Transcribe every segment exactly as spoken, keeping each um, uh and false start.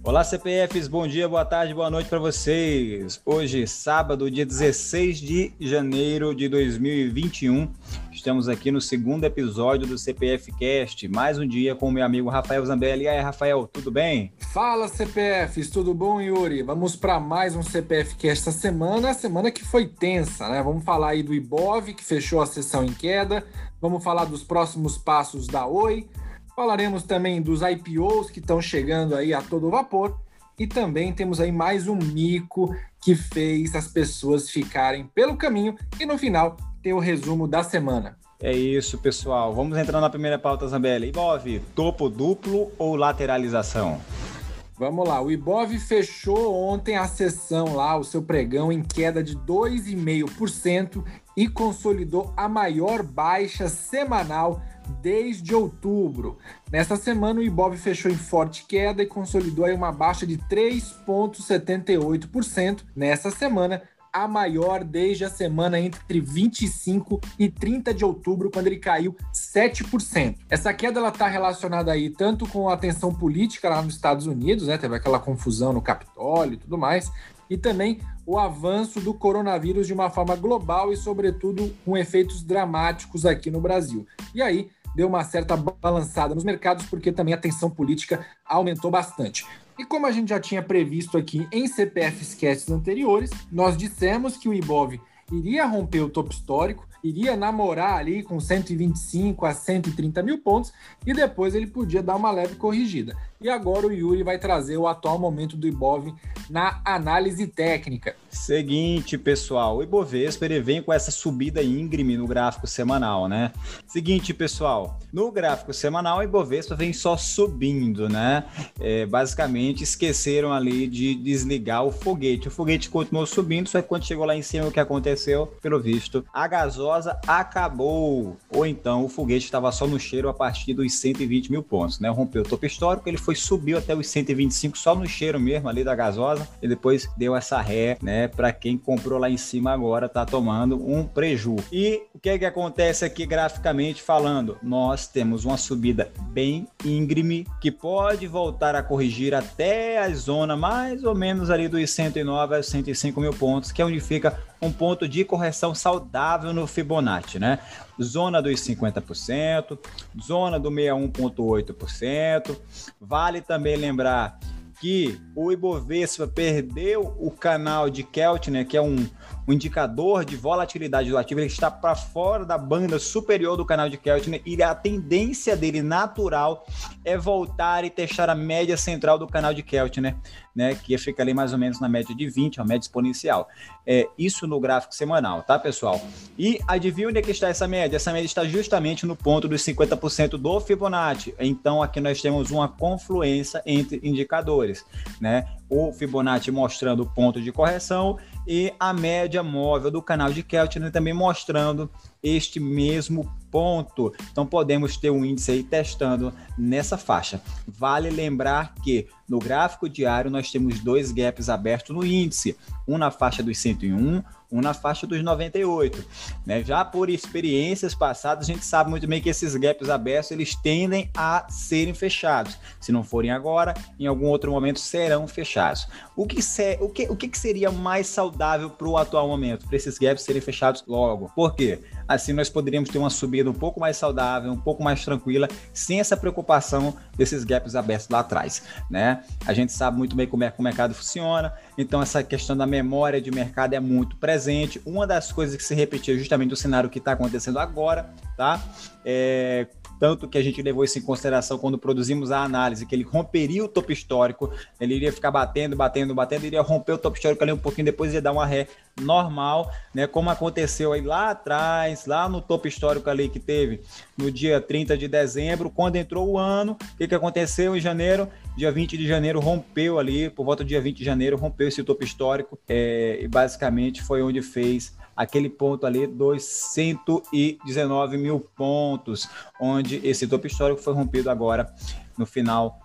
Olá, C P Fs, bom dia, boa tarde, boa noite para vocês. Hoje, sábado, dia dezesseis de janeiro de dois mil e vinte e um, estamos aqui no segundo episódio do C P F Cast, mais um dia com o meu amigo Rafael Zambelli. E aí, Rafael, tudo bem? Fala, C P Fs, tudo bom, Yuri? Vamos para mais um C P F Cast esta semana, a semana que foi tensa, né? Vamos falar aí do Ibov, que fechou a sessão em queda, vamos falar dos próximos passos da Oi, falaremos também dos I P Os que estão chegando aí a todo vapor e também temos aí mais um mico que fez as pessoas ficarem pelo caminho e no final ter o resumo da semana. É isso, pessoal. Vamos entrar na primeira pauta, Zambelli. Ibov, topo duplo ou lateralização? Vamos lá, o Ibov fechou ontem a sessão lá, o seu pregão em queda de dois vírgula cinco por cento e consolidou a maior baixa semanal desde outubro. Nessa semana, o Ibov fechou em forte queda e consolidou aí uma baixa de três vírgula setenta e oito por cento nessa semana, a maior desde a semana entre vinte e cinco e trinta de outubro, quando ele caiu sete por cento. Essa queda está relacionada aí tanto com a tensão política lá nos Estados Unidos, né? Teve aquela confusão no Capitólio e tudo mais, e também o avanço do coronavírus de uma forma global e, sobretudo, com efeitos dramáticos aqui no Brasil. E aí, deu uma certa balançada nos mercados, porque também a tensão política aumentou bastante. E como a gente já tinha previsto aqui em C P F Casts anteriores, nós dissemos que o Ibov iria romper o topo histórico, iria namorar ali com cento e vinte e cinco a cento e trinta mil pontos e depois ele podia dar uma leve corrigida. E agora o Yuri vai trazer o atual momento do Ibov na análise técnica. Seguinte, pessoal, o Ibovespa ele vem com essa subida íngreme no gráfico semanal, né? Seguinte, pessoal, no gráfico semanal o Ibovespa vem só subindo, né? É, basicamente esqueceram ali de desligar o foguete. O foguete continuou subindo, só que quando chegou lá em cima o que aconteceu? Pelo visto, a gasosa acabou. Ou então o foguete estava só no cheiro a partir dos cento e vinte mil pontos, né? Rompeu o topo histórico, ele foi subiu até os cento e vinte e cinco só no cheiro mesmo ali da gasosa e depois deu essa ré, né? Para quem comprou lá em cima agora tá tomando um preju. E o que é que acontece aqui graficamente falando? Nós temos uma subida bem íngreme que pode voltar a corrigir até a zona mais ou menos ali dos cento e nove a cento e cinco mil pontos, que é onde fica um ponto de correção saudável no Fibonacci, né? Zona dos cinquenta por cento, zona do sessenta e um vírgula oito por cento. Vale também lembrar que o Ibovespa perdeu o canal de Keltner, que é um, um indicador de volatilidade do ativo, ele está para fora da banda superior do canal de Keltner e a tendência dele natural é voltar e testar a média central do canal de Keltner, né, que fica ali mais ou menos na média de vinte, a média exponencial. É, isso no gráfico semanal, tá, pessoal? E adivinha onde é que está essa média? Essa média está justamente no ponto dos cinquenta por cento do Fibonacci. Então, aqui nós temos uma confluência entre indicadores, né? O Fibonacci mostrando o ponto de correção e a média móvel do canal de Keltner também mostrando este mesmo ponto. Então podemos ter um índice aí testando nessa faixa. Vale lembrar que no gráfico diário nós temos dois gaps abertos no índice, um na faixa dos cento e um, um na faixa dos noventa e oito, né? Já por experiências passadas, a gente sabe muito bem que esses gaps abertos eles tendem a serem fechados. Se não forem agora, em algum outro momento serão fechados. O que, se, o que, o que seria mais saudável para o atual momento? Para esses gaps serem fechados logo. Por quê? Assim nós poderíamos ter uma subida um pouco mais saudável, um pouco mais tranquila, sem essa preocupação desses gaps abertos lá atrás, né? A gente sabe muito bem como é que o mercado funciona, então essa questão da memória de mercado é muito presente. Uma das coisas que se repetiu justamente no cenário que está acontecendo agora, tá? É... Tanto que a gente levou isso em consideração quando produzimos a análise, que ele romperia o topo histórico, ele iria ficar batendo, batendo, batendo, iria romper o topo histórico ali um pouquinho, depois ia dar uma ré normal, né? Como aconteceu aí lá atrás, lá no topo histórico ali que teve no dia trinta de dezembro, quando entrou o ano, o que, que aconteceu em janeiro? Dia vinte de janeiro rompeu ali, por volta do dia vinte de janeiro, rompeu esse topo histórico é, e basicamente foi onde fez aquele ponto ali dos cento e dezenove mil pontos, onde esse topo histórico foi rompido agora no final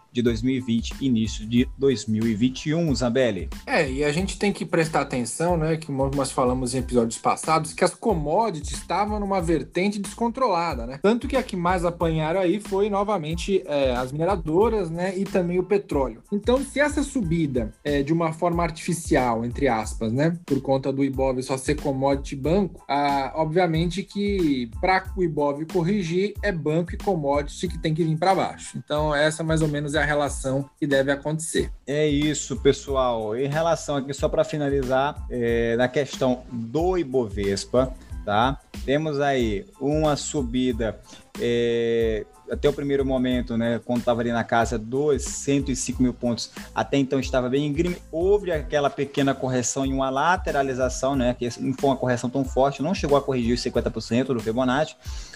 de dois mil e vinte, início de dois mil e vinte e um, Zambelli. É, e a gente tem que prestar atenção, né, que nós falamos em episódios passados, que as commodities estavam numa vertente descontrolada, né? Tanto que a que mais apanharam aí foi, novamente, é, as mineradoras, né, e também o petróleo. Então, se essa subida é de uma forma artificial, entre aspas, né, por conta do Ibov só ser commodity banco, ah, obviamente que para o Ibov corrigir, é banco e commodity que tem que vir para baixo. Então, essa mais ou menos é a relação que deve acontecer. É isso, pessoal. Em relação aqui, só para finalizar, é, na questão do Ibovespa, tá? Temos aí uma subida é, até o primeiro momento, né, quando estava ali na casa dos cento e cinco mil pontos, até então estava bem íngreme. Houve aquela pequena correção e uma lateralização, né, que não foi uma correção tão forte, não chegou a corrigir os cinquenta por cento do Fibonacci,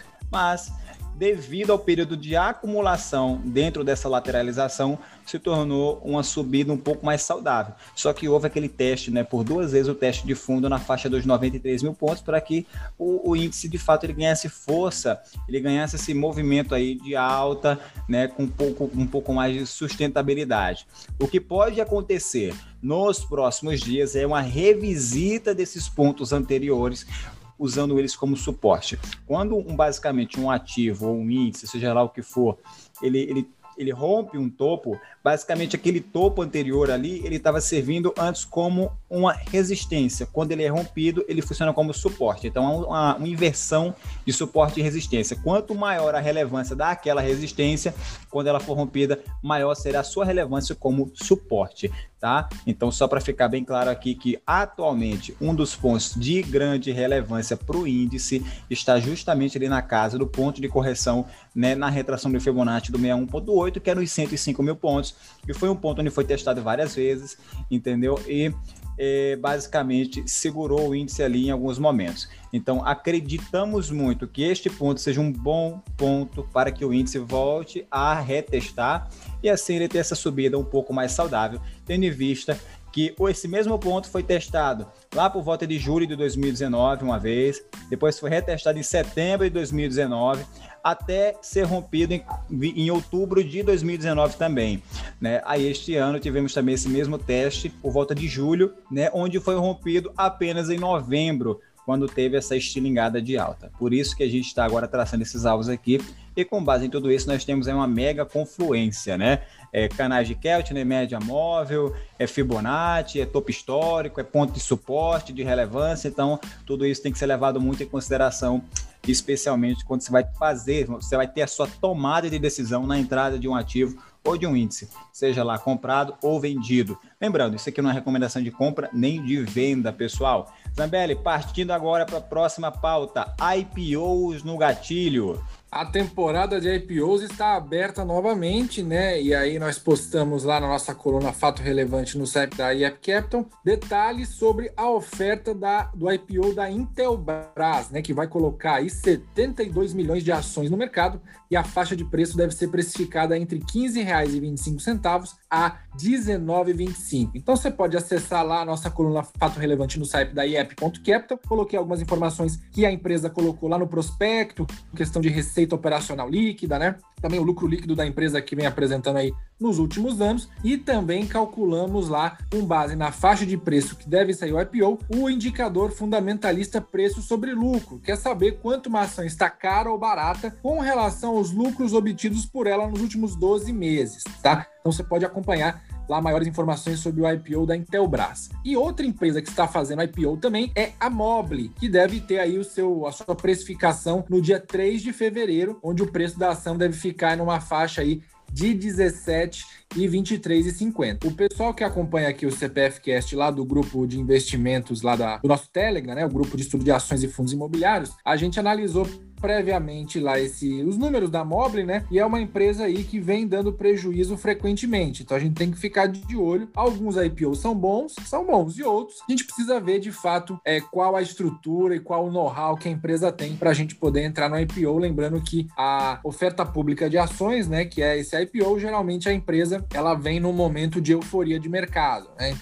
mas devido ao período de acumulação dentro dessa lateralização, se tornou uma subida um pouco mais saudável. Só que houve aquele teste, né, por duas vezes o teste de fundo na faixa dos noventa e três mil pontos, para que o, o índice, de fato, ele ganhasse força, ele ganhasse esse movimento aí de alta, né, com um pouco, um pouco mais de sustentabilidade. O que pode acontecer nos próximos dias é uma revisita desses pontos anteriores, usando eles como suporte. Quando um, basicamente um ativo ou um índice, seja lá o que for, ele, ele, ele rompe um topo, basicamente aquele topo anterior ali, ele estava servindo antes como uma resistência. Quando ele é rompido, ele funciona como suporte. Então, é uma, uma inversão de suporte e resistência. Quanto maior a relevância daquela resistência, quando ela for rompida, maior será a sua relevância como suporte, tá? Então, só para ficar bem claro aqui que, atualmente, um dos pontos de grande relevância para o índice está justamente ali na casa do ponto de correção, né, na retração do Fibonacci do sessenta e um ponto oito, que é nos cento e cinco mil pontos, que foi um ponto onde foi testado várias vezes, entendeu? E é, basicamente segurou o índice ali em alguns momentos. Então, acreditamos muito que este ponto seja um bom ponto para que o índice volte a retestar e assim ele ter essa subida um pouco mais saudável, tendo em vista que esse mesmo ponto foi testado lá por volta de julho de dois mil e dezenove uma vez, depois foi retestado em setembro de dois mil e dezenove, até ser rompido em, em outubro de dois mil e dezenove também, né? Aí este ano tivemos também esse mesmo teste por volta de julho, né, onde foi rompido apenas em novembro, quando teve essa estilingada de alta. Por isso que a gente está agora traçando esses alvos aqui, e com base em tudo isso nós temos aí uma mega confluência, né? É canais de Keltner, média móvel, é Fibonacci, é topo histórico, é ponto de suporte, de relevância, então tudo isso tem que ser levado muito em consideração, especialmente quando você vai fazer, você vai ter a sua tomada de decisão na entrada de um ativo ou de um índice, seja lá comprado ou vendido. Lembrando, isso aqui não é recomendação de compra nem de venda, pessoal. Zambelli, partindo agora para a próxima pauta, I P Os no gatilho. A temporada de I P Os está aberta novamente, né? E aí nós postamos lá na nossa coluna Fato Relevante no site da I E P Capital detalhes sobre a oferta da, do I P O da Intelbras, né? Que vai colocar aí setenta e dois milhões de ações no mercado e a faixa de preço deve ser precificada entre quinze reais e vinte e cinco centavos a dezenove reais e vinte e cinco centavos. Então você pode acessar lá a nossa coluna Fato Relevante no site da I E P ponto capital. Coloquei algumas informações que a empresa colocou lá no prospecto, questão de receita operacional líquida, né? Também o lucro líquido da empresa que vem apresentando aí nos últimos anos, e também calculamos lá, com base na faixa de preço que deve sair o I P O, o indicador fundamentalista preço sobre lucro, quer saber quanto uma ação está cara ou barata com relação aos lucros obtidos por ela nos últimos doze meses, tá? Então você pode acompanhar lá maiores informações sobre o I P O da Intelbras. E outra empresa que está fazendo I P O também é a Mobile, que deve ter aí o seu, a sua precificação no dia três de fevereiro, onde o preço da ação deve ficar numa faixa aí de dezessete reais e vinte e três reais e cinquenta centavos. O pessoal que acompanha aqui o C P F Cast lá do grupo de investimentos lá da, do nosso Telegram, né, o grupo de estudo de ações e fundos imobiliários, a gente analisou previamente lá esse, os números da Mobile, né? E é uma empresa aí que vem dando prejuízo frequentemente. Então a gente tem que ficar de olho. Alguns I P Os são bons, são bons, e outros a gente precisa ver de fato é, qual a estrutura e qual o know-how que a empresa tem para a gente poder entrar no I P O. Lembrando que a oferta pública de ações, né, que é esse I P O, geralmente a empresa ela vem num momento de euforia de mercado, né? Então,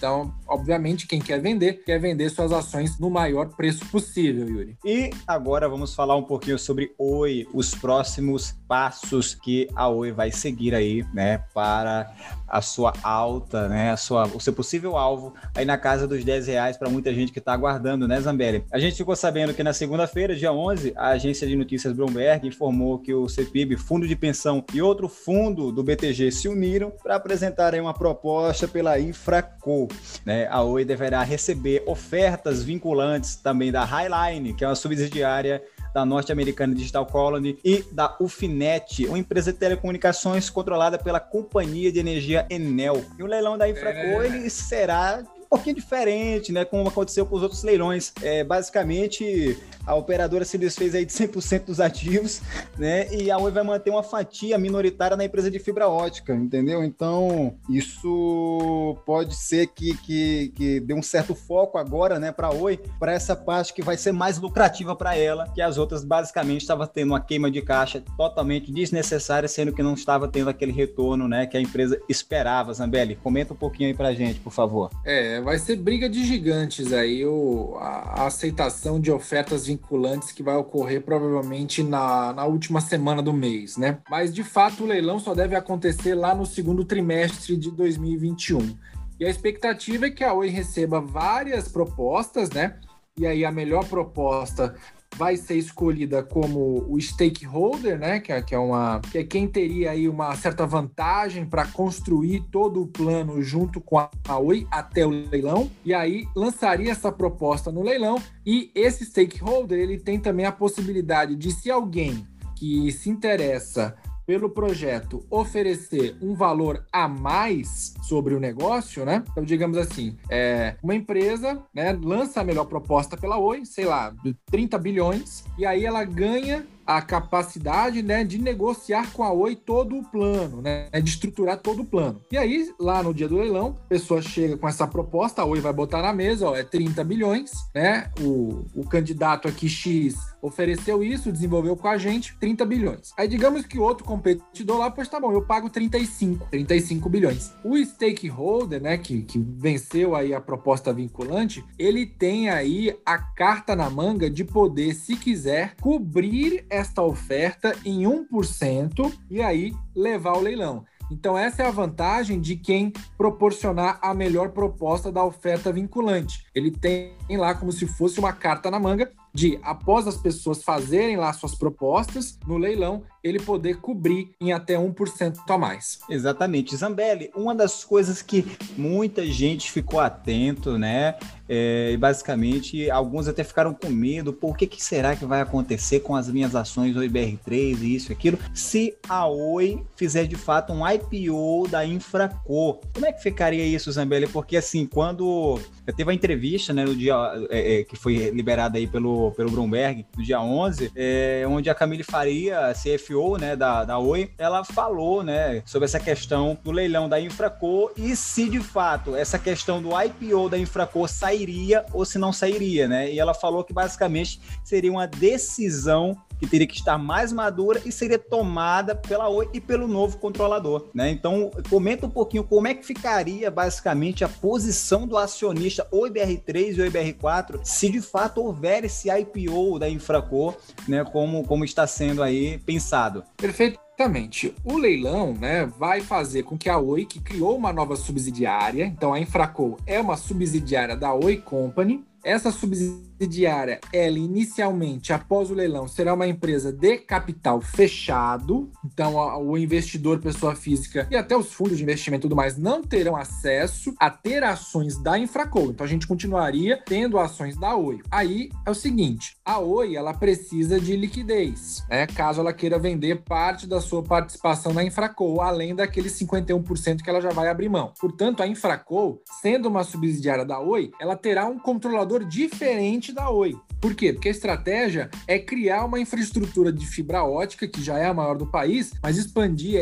obviamente, quem quer vender, quer vender suas ações no maior preço possível, Yuri. E agora vamos falar um pouquinho sobre Oi, os próximos passos que a Oi vai seguir aí, né, para a sua alta, né, a sua, o seu possível alvo aí na casa dos dez reais para muita gente que está aguardando, né, Zambelli? A gente ficou sabendo que na segunda-feira, dia onze, a agência de notícias Bloomberg informou que o CEPIB, Fundo de Pensão e outro fundo do B T G se uniram para apresentar aí uma proposta pela Infraco, né? A Oi deverá receber ofertas vinculantes também da Highline, que é uma subsidiária da norte-americana Digital Colony, e da Ufinet, uma empresa de telecomunicações controlada pela companhia de energia Enel. E o leilão da Infraco, é... ele será um pouquinho diferente, né, como aconteceu com os outros leilões. É, basicamente, a operadora se desfez aí de cem por cento dos ativos, né, e a Oi vai manter uma fatia minoritária na empresa de fibra ótica, entendeu? Então, isso pode ser que, que, que dê um certo foco agora, né, para a Oi, para essa parte que vai ser mais lucrativa para ela, que as outras basicamente estavam tendo uma queima de caixa totalmente desnecessária, sendo que não estava tendo aquele retorno, né, que a empresa esperava. Zambelli, comenta um pouquinho aí pra gente, por favor. É, vai ser briga de gigantes aí, o, a, a aceitação de ofertas vinculantes que vai ocorrer provavelmente na, na última semana do mês, né? Mas, de fato, o leilão só deve acontecer lá no segundo trimestre de dois mil e vinte e um. E a expectativa é que a Oi receba várias propostas, né? E aí a melhor proposta vai ser escolhida como o stakeholder, né, que é, que é, uma, que é quem teria aí uma certa vantagem para construir todo o plano junto com a, a Oi até o leilão, e aí lançaria essa proposta no leilão, e esse stakeholder, ele tem também a possibilidade de, se alguém que se interessa pelo projeto oferecer um valor a mais sobre o negócio, né? Então, digamos assim, é, uma empresa, né, lança a melhor proposta pela Oi, sei lá, de trinta bilhões, e aí ela ganha a capacidade, né, de negociar com a Oi todo o plano, né, de estruturar todo o plano. E aí, lá no dia do leilão, a pessoa chega com essa proposta, a Oi vai botar na mesa, ó, é trinta bilhões, né, o, o candidato aqui X ofereceu isso, desenvolveu com a gente trinta bilhões. Aí digamos que o outro competidor lá, pois tá bom, eu pago trinta e cinco bilhões. O stakeholder, né, que, que venceu aí a proposta vinculante, ele tem aí a carta na manga de poder, se quiser, cobrir esta oferta em um por cento e aí levar ao leilão. Então essa é a vantagem de quem proporcionar a melhor proposta da oferta vinculante. Ele tem lá como se fosse uma carta na manga de, após as pessoas fazerem lá suas propostas, no leilão, ele poder cobrir em até um por cento a mais. Exatamente. Zambelli, uma das coisas que muita gente ficou atento, né? É, e basicamente, alguns até ficaram com medo, por que, que será que vai acontecer com as minhas ações Oi B R três e isso e aquilo, se a Oi fizer de fato um I P O da Infraco. Como é que ficaria isso, Zambelli? Porque assim, quando teve a entrevista, né, no dia é, é, que foi liberada aí pelo, pelo Bloomberg, no dia onze, é, onde a Camille Faria, C F O, né, da, da Oi, ela falou, né, sobre essa questão do leilão da Infraco e se de fato essa questão do I P O da Infraco sairia ou se não sairia, né? E ela falou que basicamente seria uma decisão que teria que estar mais madura e seria tomada pela Oi e pelo novo controlador, né? Então, comenta um pouquinho como é que ficaria basicamente a posição do acionista Oi B R três e Oi B R quatro se de fato houver esse I P O da Infraco, né? Como, como está sendo aí pensado. Perfeito. Exatamente. O leilão, né, vai fazer com que a Oi, que criou uma nova subsidiária, então a Infraco é uma subsidiária da Oi Company. Essa subsidiária, ela inicialmente, após o leilão, será uma empresa de capital fechado. Então, o investidor, pessoa física e até os fundos de investimento e tudo mais não terão acesso a ter ações da Infraco. Então, a gente continuaria tendo ações da Oi. Aí é o seguinte, a Oi, ela precisa de liquidez, né? Caso ela queira vender parte da sua participação na Infraco, além daqueles cinquenta e um por cento que ela já vai abrir mão. Portanto, a Infraco, sendo uma subsidiária da Oi, ela terá um controlador diferente da Oi. Por quê? Porque a estratégia é criar uma infraestrutura de fibra ótica, que já é a maior do país, mas expandir ela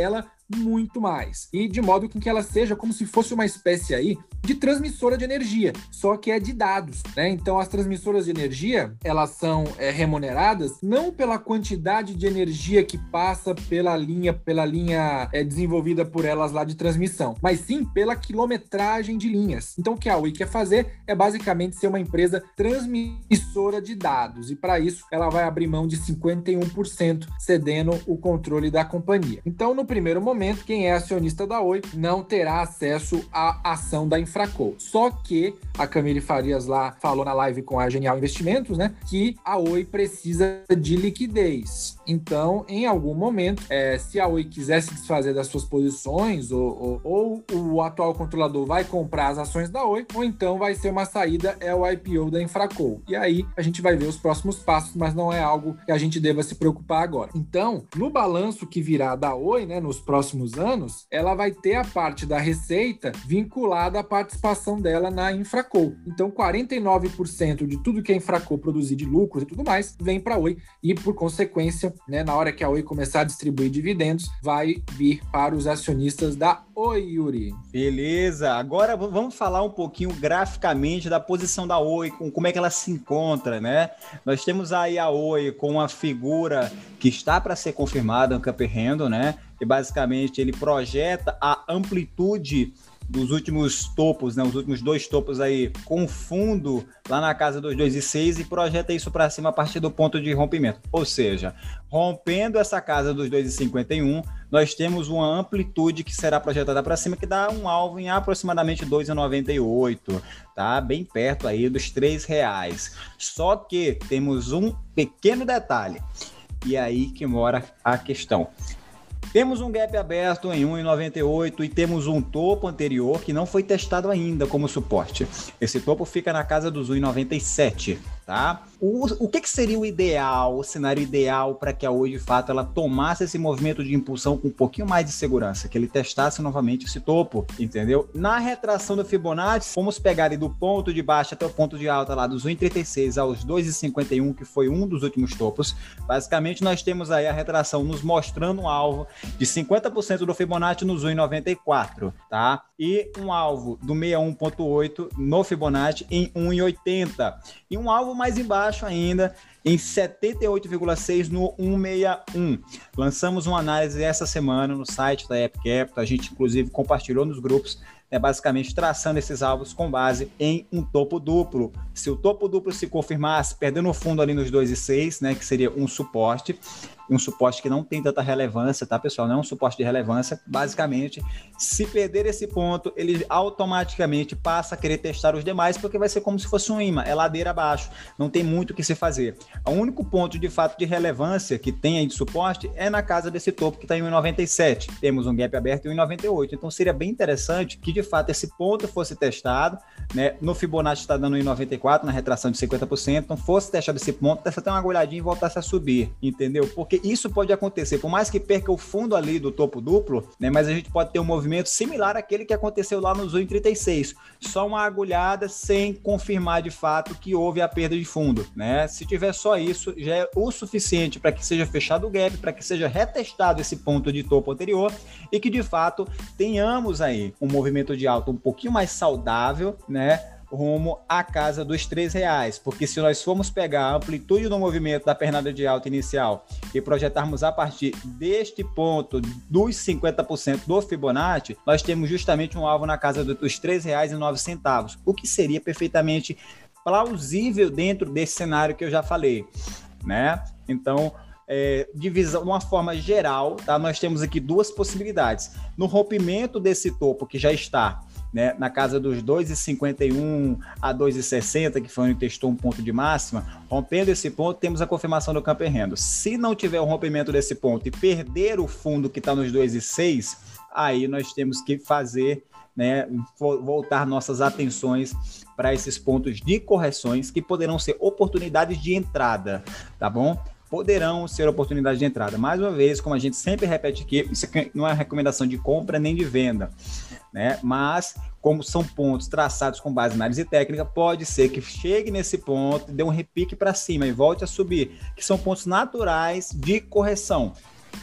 muito mais. E de modo com que ela seja como se fosse uma espécie aí de transmissora de energia, só que é de dados, né? Então, as transmissoras de energia, elas são é, remuneradas não pela quantidade de energia que passa pela linha, pela linha é, desenvolvida por elas lá de transmissão, mas sim pela quilometragem de linhas. Então, o que a Oi quer fazer é basicamente ser uma empresa transmissora de dados, e para isso ela vai abrir mão de cinquenta e um por cento, cedendo o controle da companhia. Então, no primeiro momento, quem é acionista da Oi não terá acesso à ação da Infraco. Só que a Camille Farias lá falou na live com a Genial Investimentos, né, que a Oi precisa de liquidez. Então, em algum momento, é, se a Oi quiser se desfazer das suas posições, ou, ou, ou o atual controlador vai comprar as ações da Oi, ou então vai ser uma saída, é o I P O da Infraco. E aí a gente vai ver os próximos passos, mas não é algo que a gente deva se preocupar agora. Então, no balanço que virá da Oi, né, nos próximos anos, ela vai ter a parte da receita vinculada à participação dela na Infraco. Então, quarenta e nove por cento de tudo que a Infraco produzir de lucros e tudo mais vem para a Oi, e por consequência, né, na hora que a Oi começar a distribuir dividendos, vai vir para os acionistas da Oi, Yuri. Beleza, agora vamos falar um pouquinho graficamente da posição da Oi, com como é que ela se encontra, né? Nós temos aí a Oi com uma figura que está para ser confirmada no Camper Handle, né? E basicamente ele projeta a amplitude dos últimos topos, né, os últimos dois topos aí com fundo lá na casa dos dois e seis e projeta isso para cima a partir do ponto de rompimento. Ou seja, rompendo essa casa dos dois e cinquenta e um, nós temos uma amplitude que será projetada para cima que dá um alvo em aproximadamente dois e noventa e oito, tá? Bem perto aí dos três reais. Só que temos um pequeno detalhe, e aí que mora a questão. Temos um gap aberto em um e noventa e oito e temos um topo anterior que não foi testado ainda como suporte. Esse topo fica na casa dos um e noventa e sete, tá? O, o que, que seria o ideal, o cenário ideal para que a Oi, de fato, ela tomasse esse movimento de impulsão com um pouquinho mais de segurança, que ele testasse novamente esse topo, entendeu? Na retração do Fibonacci, vamos pegar ali do ponto de baixa até o ponto de alta lá dos um e trinta e seis aos dois e cinquenta e um, que foi um dos últimos topos. Basicamente, nós temos aí a retração nos mostrando um alvo de cinquenta por cento do Fibonacci nos um e noventa e quatro, tá? E um alvo do sessenta e um ponto oito no Fibonacci em um e oitenta. E um alvo mais embaixo ainda em setenta e oito vírgula seis no cento e sessenta e um. Lançamos uma análise essa semana no site da App Capital, a gente inclusive compartilhou nos grupos, né, basicamente traçando esses alvos com base em um topo duplo. Se o topo duplo se confirmasse, perdendo o fundo ali nos dois e seis, né, que seria um suporte, um suporte que não tem tanta relevância, tá, pessoal? Não é um suporte de relevância. Basicamente, se perder esse ponto, ele automaticamente passa a querer testar os demais, porque vai ser como se fosse um imã, é ladeira abaixo, não tem muito o que se fazer. O único ponto, de fato, de relevância que tem aí de suporte é na casa desse topo que está em um e noventa e sete. Temos um gap aberto em um e noventa e oito, então seria bem interessante que, de fato, esse ponto fosse testado, né? No Fibonacci está dando um e noventa e quatro, na retração de cinquenta por cento, então fosse testado esse ponto, testa até uma agulhadinha e voltasse a subir, entendeu? Porque isso pode acontecer, por mais que perca o fundo ali do topo duplo, né? Mas a gente pode ter um movimento similar àquele que aconteceu lá nos um e trinta e seis, só uma agulhada sem confirmar de fato que houve a perda de fundo, né? Se tiver só isso, já é o suficiente para que seja fechado o gap, para que seja retestado esse ponto de topo anterior e que de fato tenhamos aí um movimento de alta um pouquinho mais saudável, né, rumo à casa dos três reais, porque se nós formos pegar a amplitude do movimento da pernada de alta inicial e projetarmos a partir deste ponto dos cinquenta por cento do Fibonacci, nós temos justamente um alvo na casa dos três reais e nove centavos, o que seria perfeitamente plausível dentro desse cenário que eu já falei, né? Então, É, divisão, de uma forma geral, tá? Nós temos aqui duas possibilidades. No rompimento desse topo que já está, né, na casa dos dois e cinquenta e um a dois e sessenta, que foi onde testou um ponto de máxima, rompendo esse ponto, temos a confirmação do Camper Handle. Se não tiver o rompimento desse ponto e perder o fundo que está nos dois e seis, aí nós temos que fazer, né, voltar nossas atenções para esses pontos de correções que poderão ser oportunidades de entrada, tá bom? Poderão ser oportunidades de entrada. Mais uma vez, como a gente sempre repete aqui, isso aqui não é recomendação de compra nem de venda, né? Mas, como são pontos traçados com base em análise técnica, pode ser que chegue nesse ponto, dê um repique para cima e volte a subir, que são pontos naturais de correção.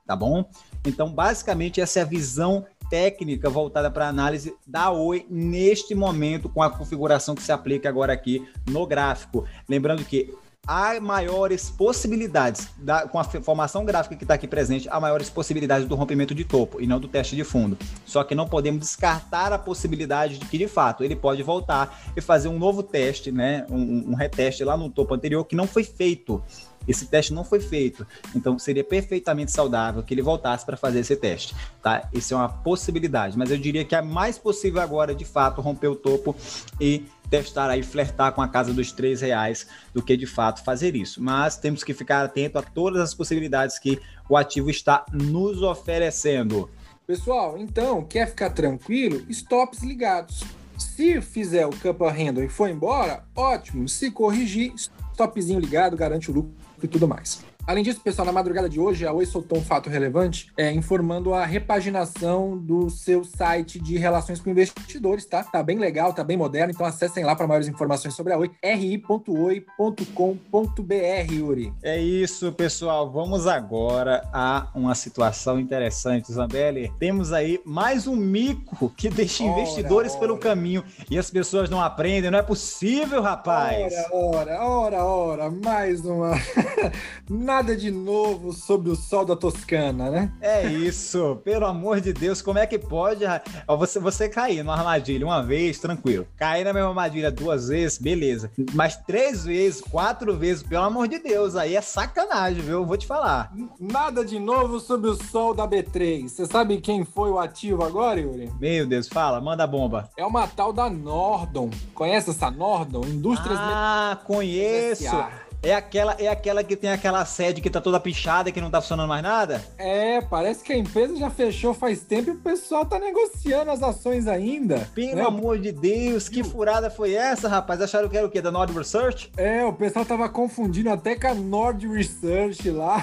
tá bom? Então, basicamente, essa é a visão técnica voltada para análise da Oi neste momento, com a configuração que se aplica agora aqui no gráfico. Lembrando que há maiores possibilidades, da, com a formação gráfica que está aqui presente, há maiores possibilidades do rompimento de topo e não do teste de fundo. Só que não podemos descartar a possibilidade de que, de fato, ele pode voltar e fazer um novo teste, né, um, um reteste lá no topo anterior que não foi feito. Esse teste não foi feito, então seria perfeitamente saudável que ele voltasse para fazer esse teste, tá? Isso é uma possibilidade, mas eu diria que é mais possível agora, de fato, romper o topo e testar aí, flertar com a casa dos três reais do que, de fato, fazer isso. Mas temos que ficar atento a todas as possibilidades que o ativo está nos oferecendo. Pessoal, então, quer ficar tranquilo? Stops ligados. Se fizer o Cup Handle e for embora, ótimo. Se corrigir, stopzinho ligado, garante o lucro e tudo mais. Além disso, pessoal, na madrugada de hoje, a Oi soltou um fato relevante, é, informando a repaginação do seu site de relações com investidores, tá? Tá bem legal, tá bem moderno, então acessem lá para maiores informações sobre a Oi, r i ponto oi ponto com ponto b r, Yuri. É isso, pessoal. Vamos agora a uma situação interessante, Zambelli. Temos aí mais um mico que deixa ora, investidores ora. pelo caminho e as pessoas não aprendem. Não é possível, rapaz. Ora, ora, ora, ora. Mais uma... Nada de novo sobre o sol da Toscana, né? É isso, pelo amor de Deus, como é que pode você, você cair numa armadilha uma vez, tranquilo. Cair na mesma armadilha duas vezes, beleza. Mas três vezes, quatro vezes, pelo amor de Deus, aí é sacanagem, viu? Eu vou te falar. Nada de novo sobre o sol da B três. Você sabe quem foi o ativo agora, Yuri? Meu Deus, fala, manda a bomba. É uma tal da Nordon. Conhece essa Nordon? Indústrias... Ah, Met... conheço. S A É aquela, é aquela que tem aquela sede que tá toda pichada e que não tá funcionando mais nada? É, parece que a empresa já fechou faz tempo e o pessoal tá negociando as ações ainda. Pelo né? amor de Deus, que furada foi essa, rapaz? Acharam que era o quê? Da Nord Research? É, o pessoal tava confundindo até com a Nord Research lá.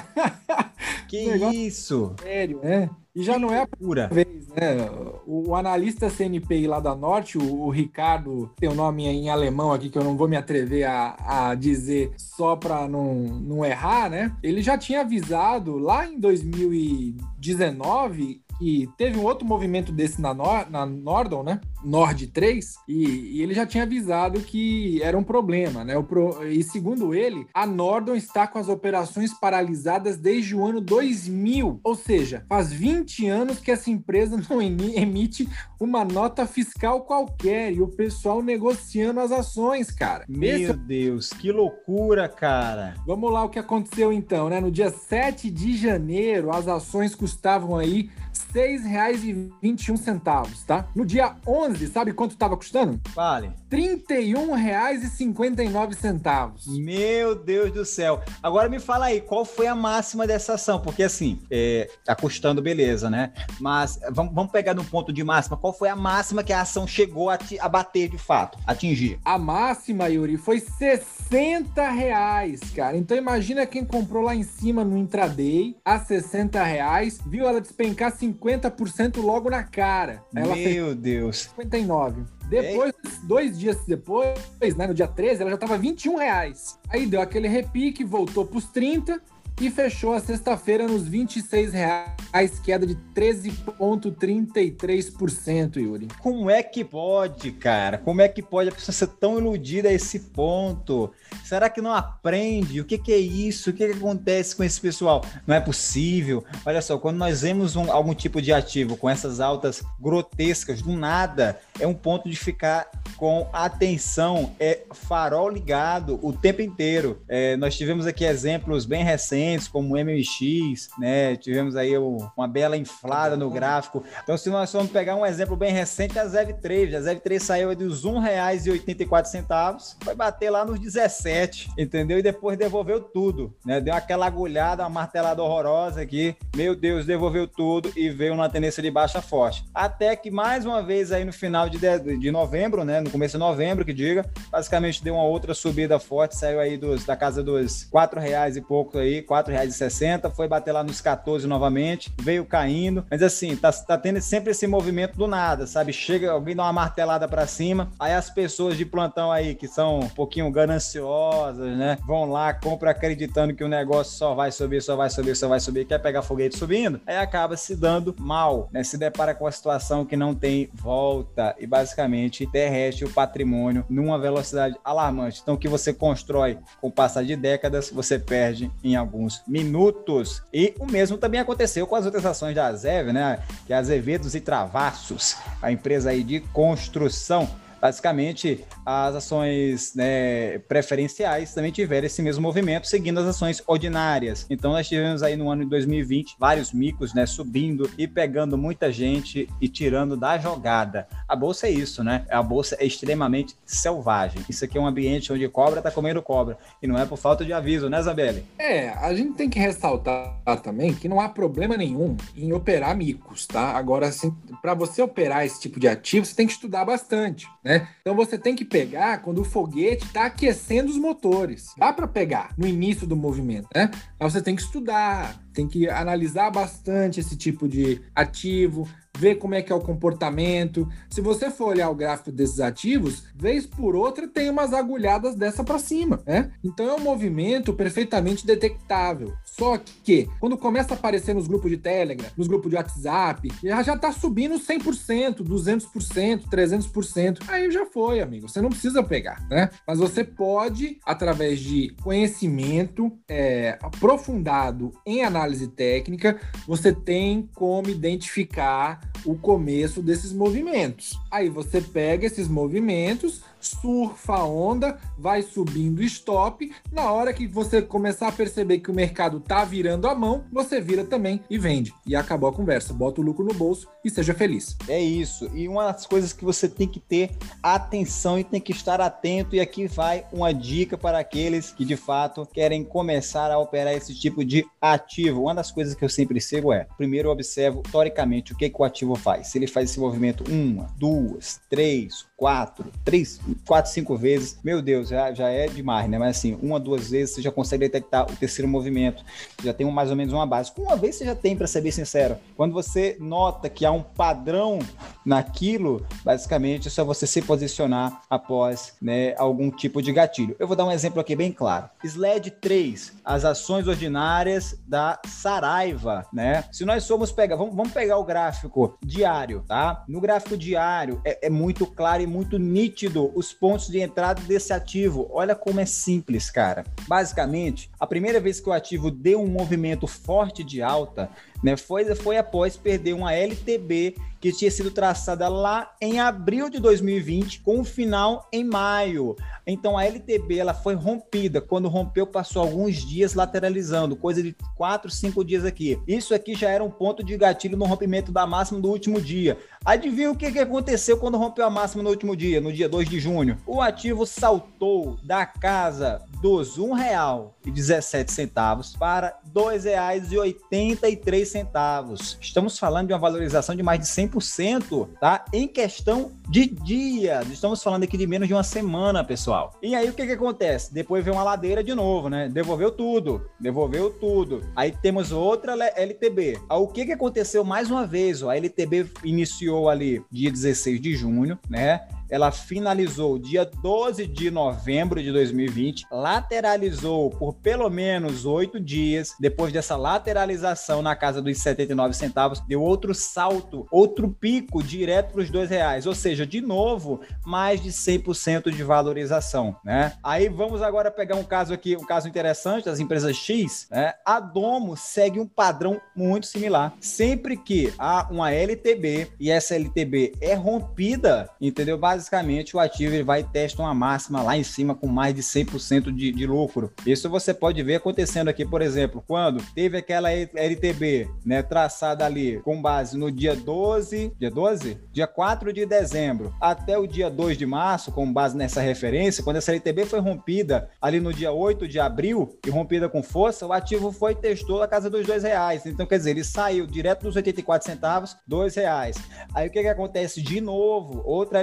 Que isso? Sério, né? E já não é a primeira vez, né? O analista C N P I lá da Norte, o, o Ricardo, tem um nome em alemão aqui que eu não vou me atrever a, a dizer só para não, não errar, né? Ele já tinha avisado lá em dois mil e dezenove que teve um outro movimento desse na, Nor- na Nordon, né? Nord três, e, e ele já tinha avisado que era um problema, né? O pro... E segundo ele, a Nordon está com as operações paralisadas desde o ano dois mil, ou seja, faz vinte anos que essa empresa não emite uma nota fiscal qualquer e o pessoal negociando as ações, cara. Meu Esse... Deus, que loucura, cara! Vamos lá o que aconteceu então, né? No dia sete de janeiro, as ações custavam aí seis reais e vinte e um centavos, tá? No dia onze, sabe quanto estava custando? Vale. trinta e um reais e cinquenta e nove centavos. Meu Deus do céu. Agora me fala aí, qual foi a máxima dessa ação? Porque assim, é, tá custando beleza, né? Mas vamos, vamos pegar no ponto de máxima. Qual foi a máxima que a ação chegou a, a bater de fato, atingir? A máxima, Yuri, foi sessenta reais, cara. Então imagina quem comprou lá em cima no intraday a sessenta reais, viu ela despencar cinquenta por cento logo na cara. Ela Meu fez Deus. cinquenta e nove. Depois, é. dois dias depois, né, no dia treze, ela já tava vinte e um reais. Aí deu aquele repique, voltou pros trinta e fechou a sexta-feira nos vinte e seis reais, queda de treze vírgula trinta e três por cento, Yuri. Como é que pode, cara? Como é que pode a pessoa ser tão iludida a esse ponto? Será que não aprende? O que, que é isso? O que, que acontece com esse pessoal? Não é possível. Olha só, quando nós vemos um, algum tipo de ativo com essas altas grotescas, do nada, é um ponto de ficar com atenção, é farol ligado o tempo inteiro. É, nós tivemos aqui exemplos bem recentes, como o M M X, né? Tivemos aí o, uma bela inflada no gráfico. Então, se nós formos pegar um exemplo bem recente, a Zev três. A Zev três saiu dos um real e oitenta e quatro centavos, foi bater lá nos dezessete, entendeu? E depois devolveu tudo, né? Deu aquela agulhada, uma martelada horrorosa aqui. Meu Deus, devolveu tudo e veio numa tendência de baixa forte. Até que, mais uma vez, aí no final de, de, de novembro, né? No começo de novembro, que diga, basicamente deu uma outra subida forte, saiu aí dos, da casa dos quatro reais e pouco aí, quatro quatro reais e sessenta centavos, foi bater lá nos quatorze novamente, veio caindo, mas assim, tá, tá tendo sempre esse movimento do nada, sabe? Chega, alguém dá uma martelada pra cima, aí as pessoas de plantão aí, que são um pouquinho gananciosas, né? Vão lá, compram acreditando que o negócio só vai subir, só vai subir, só vai subir, quer pegar foguete subindo, aí acaba se dando mal, né? Se depara com a situação que não tem volta e basicamente derrete o patrimônio numa velocidade alarmante. Então, o que você constrói com o passar de décadas, você perde em alguns minutos. E o mesmo também aconteceu com as outras ações da Azev, né? Que é a Azevedos e Travassos, a empresa aí de construção. Basicamente, as ações, né, preferenciais também tiveram esse mesmo movimento, seguindo as ações ordinárias. Então, nós tivemos aí no ano de dois mil e vinte vários micos, né, subindo e pegando muita gente e tirando da jogada. A bolsa é isso, né? A bolsa é extremamente selvagem. Isso aqui é um ambiente onde cobra tá comendo cobra. E não é por falta de aviso, né, Zambelli? É, a gente tem que ressaltar também que não há problema nenhum em operar micos, tá? Agora, assim, para você operar esse tipo de ativo, você tem que estudar bastante. Né? Então você tem que pegar quando o foguete está aquecendo os motores. Dá para pegar no início do movimento, né? Mas você tem que estudar, tem que analisar bastante esse tipo de ativo, ver como é que é o comportamento. Se você for olhar o gráfico desses ativos, vez por outra tem umas agulhadas dessa para cima, né? Então é um movimento perfeitamente detectável. Só que quando começa a aparecer nos grupos de Telegram, nos grupos de WhatsApp, já já tá subindo cem por cento, duzentos por cento, trezentos por cento. Aí já foi, amigo. Você não precisa pegar, né? Mas você pode, através de conhecimento é, aprofundado em análise técnica, você tem como identificar o começo desses movimentos. Aí você pega esses movimentos, surfa a onda, vai subindo stop. Na hora que você começar a perceber que o mercado tá virando a mão, você vira também e vende. E acabou a conversa. Bota o lucro no bolso e seja feliz. É isso. E uma das coisas que você tem que ter atenção e tem que estar atento, e aqui vai uma dica para aqueles que de fato querem começar a operar esse tipo de ativo. Uma das coisas que eu sempre sigo é, primeiro eu observo historicamente o que, que o ativo faz. Se ele faz esse movimento uma, duas, três, quatro, três, quatro, cinco vezes, meu Deus, já, já é demais, né? Mas assim, uma, duas vezes você já consegue detectar o terceiro movimento, já tem mais ou menos uma base. Uma vez você já tem, para ser bem sincero. Quando você nota que há um padrão naquilo, basicamente é só você se posicionar após, né, algum tipo de gatilho. Eu vou dar um exemplo aqui bem claro. Slide três, as ações ordinárias da Saraiva, né? Se nós formos pegar, vamos, vamos pegar o gráfico diário, tá? No gráfico diário é, é muito claro e muito nítido os pontos de entrada desse ativo. Olha como é simples, cara. Basicamente, a primeira vez que o ativo deu um movimento forte de alta, né, foi, foi após perder uma L T B que tinha sido traçada lá em abril de dois mil e vinte, com o final em maio. Então a L T B ela foi rompida. Quando rompeu, passou alguns dias lateralizando, coisa de quatro, cinco dias aqui. Isso aqui já era um ponto de gatilho no rompimento da máxima do último dia. Adivinha o que, que aconteceu quando rompeu a máxima no último dia, no dia dois de junho? O ativo saltou da casa dos um real e dezessete centavos para dois reais e oitenta e três centavos. Estamos falando de uma valorização de mais de cem por cento, tá? Em questão de dias. Estamos falando aqui de menos de uma semana, pessoal. E aí o que que acontece? Depois veio uma ladeira de novo, né? Devolveu tudo. Devolveu tudo. Aí temos outra L T B. Aí, o que que aconteceu mais uma vez? Ó, a L T B iniciou ali dia dezesseis de junho, né? Ela finalizou dia doze de novembro de dois mil e vinte, lateralizou por pelo menos oito dias. Depois dessa lateralização na casa dos setenta e nove centavos, deu outro salto, outro pico direto para os dois reais. Ou seja, de novo, mais de cem por cento de valorização, né? Aí vamos agora pegar um caso aqui, um caso interessante das empresas X, né? A Domo segue um padrão muito similar. Sempre que há uma L T B e essa L T B é rompida, entendeu? Basicamente, o ativo ele vai testar uma máxima lá em cima com mais de cem por cento de, de lucro. Isso você pode ver acontecendo aqui, por exemplo, quando teve aquela L T B, né, traçada ali com base no dia doze, dia doze? Dia quatro de dezembro até o dia dois de março, com base nessa referência, quando essa L T B foi rompida ali no dia oito de abril e rompida com força, o ativo foi e testou a casa dos dois reais. Então, quer dizer, ele saiu direto dos oitenta e quatro centavos, dois reais. Aí o que que acontece de novo? Outra L T B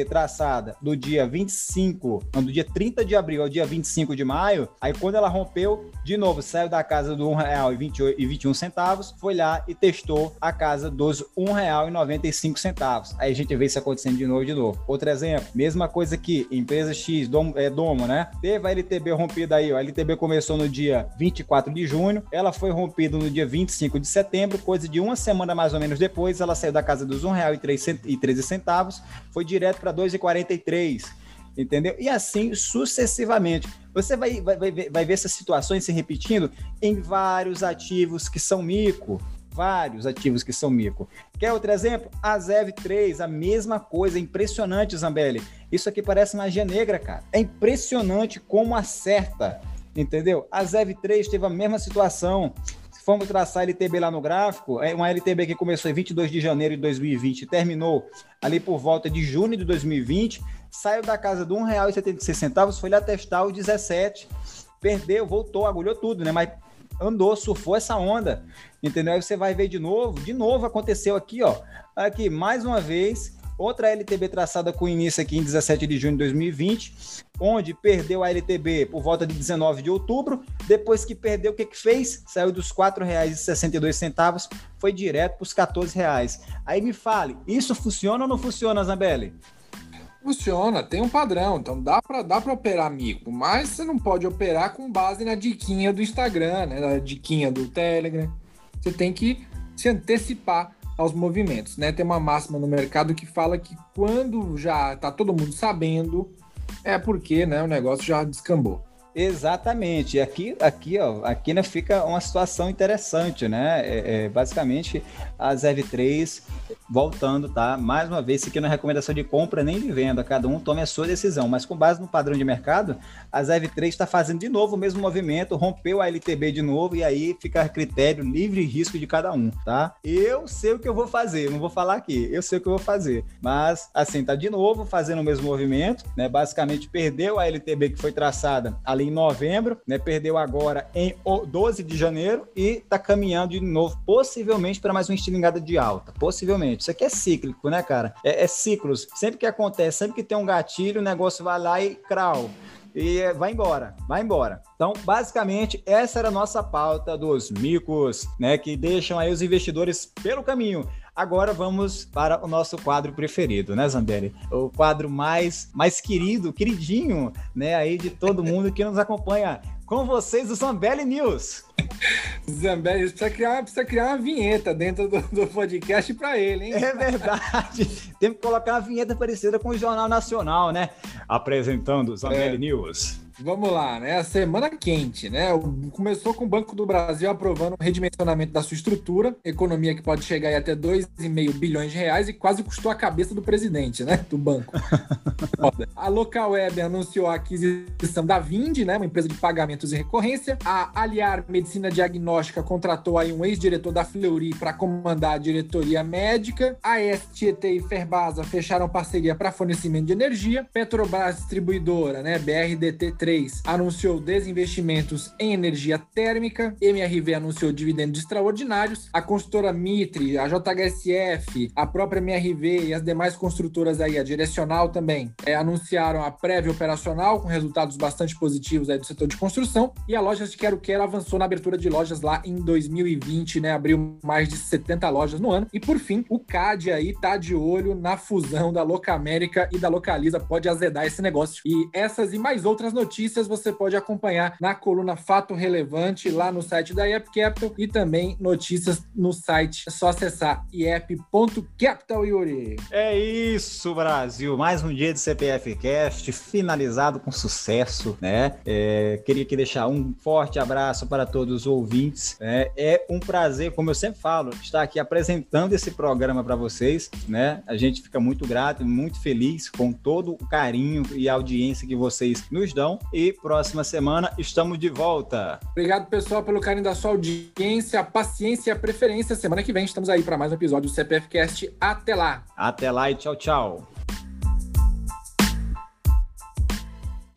B traçada do dia vinte e cinco, não, do dia trinta de abril ao dia vinte e cinco de maio, aí quando ela rompeu, de novo, saiu da casa do um real e vinte e um centavos, foi lá e testou a casa dos um real e noventa e cinco centavos. Aí a gente vê isso acontecendo de novo, de novo. Outro exemplo, mesma coisa aqui, empresa X, Dom, é, Domo, né? Teve a L T B rompida aí, ó. A L T B começou no dia vinte e quatro de junho, ela foi rompida no dia vinte e cinco de setembro, coisa de uma semana mais ou menos depois, ela saiu da casa dos um real e treze centavos, foi direto para dois reais e quarenta e três centavos. Entendeu? E assim sucessivamente. Você vai, vai, vai, ver, vai ver essas situações se repetindo em vários ativos que são mico. Vários ativos que são mico. Quer outro exemplo? A Z E V três, a mesma coisa. Impressionante, Zambelli. Isso aqui parece magia negra, cara. É impressionante como acerta. Entendeu? A Z E V três teve a mesma situação. Vamos traçar a L T B lá no gráfico, é uma L T B que começou em vinte e dois de janeiro de dois mil e vinte e terminou ali por volta de junho de dois mil e vinte, saiu da casa do um real e setenta e seis centavos, foi lá testar o dezessete, perdeu, voltou, agulhou tudo, né? Mas andou, surfou essa onda, entendeu? Aí você vai ver de novo, de novo aconteceu aqui, ó, aqui, mais uma vez, outra L T B traçada com início aqui em dezessete de junho de dois mil e vinte, onde perdeu a L T B por volta de dezenove de outubro, depois que perdeu, o que que fez? Saiu dos quatro reais e sessenta e dois centavos, foi direto para os quatorze reais. Aí me fale, isso funciona ou não funciona, Zambelli? Funciona, tem um padrão, então dá para dá para operar mico, mas você não pode operar com base na diquinha do Instagram, né, na diquinha do Telegram. Você tem que se antecipar aos movimentos, né? Tem uma máxima no mercado que fala que quando já tá todo mundo sabendo, é porque, né, o negócio já descambou. Exatamente. Aqui, aqui, ó, aqui né, fica uma situação interessante, né? É, é, basicamente, a Z E V três voltando, tá? Mais uma vez, isso aqui não é recomendação de compra nem de venda, cada um tome a sua decisão, mas com base no padrão de mercado, a Z E V três está fazendo de novo o mesmo movimento, rompeu a L T B de novo e aí fica a critério livre e risco de cada um, tá? Eu sei o que eu vou fazer, não vou falar aqui, eu sei o que eu vou fazer, mas assim, tá de novo fazendo o mesmo movimento, né? Basicamente, perdeu a L T B que foi traçada ali em novembro, né? Perdeu agora em doze de janeiro e tá caminhando de novo, possivelmente para mais uma estilingada de alta, possivelmente. Isso aqui é cíclico, né, cara? É, é ciclos. Sempre que acontece, sempre que tem um gatilho, o negócio vai lá e crau. E vai embora, vai embora. Então, basicamente, essa era a nossa pauta dos micos, né? Que deixam aí os investidores pelo caminho. Agora vamos para o nosso quadro preferido, né, Zambelli? O quadro mais, mais querido, queridinho, né, aí de todo mundo que nos acompanha. Com vocês, o Zambelli News. Zambelli, precisa criar, precisa criar uma vinheta dentro do, do podcast para ele, hein? É verdade. Temos que colocar uma vinheta parecida com o Jornal Nacional, né? Apresentando o Zambelli é. News. Vamos lá, né? A semana quente, né? Começou com o Banco do Brasil aprovando o redimensionamento da sua estrutura, economia que pode chegar aí até dois vírgula cinco bilhões de reais e quase custou a cabeça do presidente, né? Do banco. A Localweb anunciou a aquisição da Vind, né? Uma empresa de pagamentos e recorrência. A Aliar Medicina Diagnóstica contratou aí um ex-diretor da Fleury para comandar a diretoria médica. A S T T e Ferbasa fecharam parceria para fornecimento de energia. Petrobras Distribuidora, né? B R D T três anunciou desinvestimentos em energia térmica. M R V anunciou dividendos extraordinários. A construtora Mitre, a J H S F, a própria M R V e as demais construtoras aí, a Direcional também, é, anunciaram a prévia operacional com resultados bastante positivos aí do setor de construção. E a Lojas de Quero Quero avançou na abertura de lojas lá em dois mil e vinte, né? Abriu mais de setenta lojas no ano. E por fim, o C A D aí tá de olho na fusão da Locamérica e da Localiza. Pode azedar esse negócio. E essas e mais outras notícias Notícias você pode acompanhar na coluna Fato Relevante lá no site da I E P Capital e também notícias no site. É só acessar i e p ponto capital, Yuri. É isso, Brasil. Mais um dia de C P F Cast finalizado com sucesso, né? É, queria que deixar um forte abraço para todos os ouvintes. Né? É um prazer, como eu sempre falo, estar aqui apresentando esse programa para vocês, né? A gente fica muito grato e muito feliz com todo o carinho e a audiência que vocês nos dão. E próxima semana estamos de volta. Obrigado, pessoal, pelo carinho da sua audiência, a paciência e a preferência. Semana que vem estamos aí para mais um episódio do C P F Cast. Até lá. Até lá e tchau, tchau.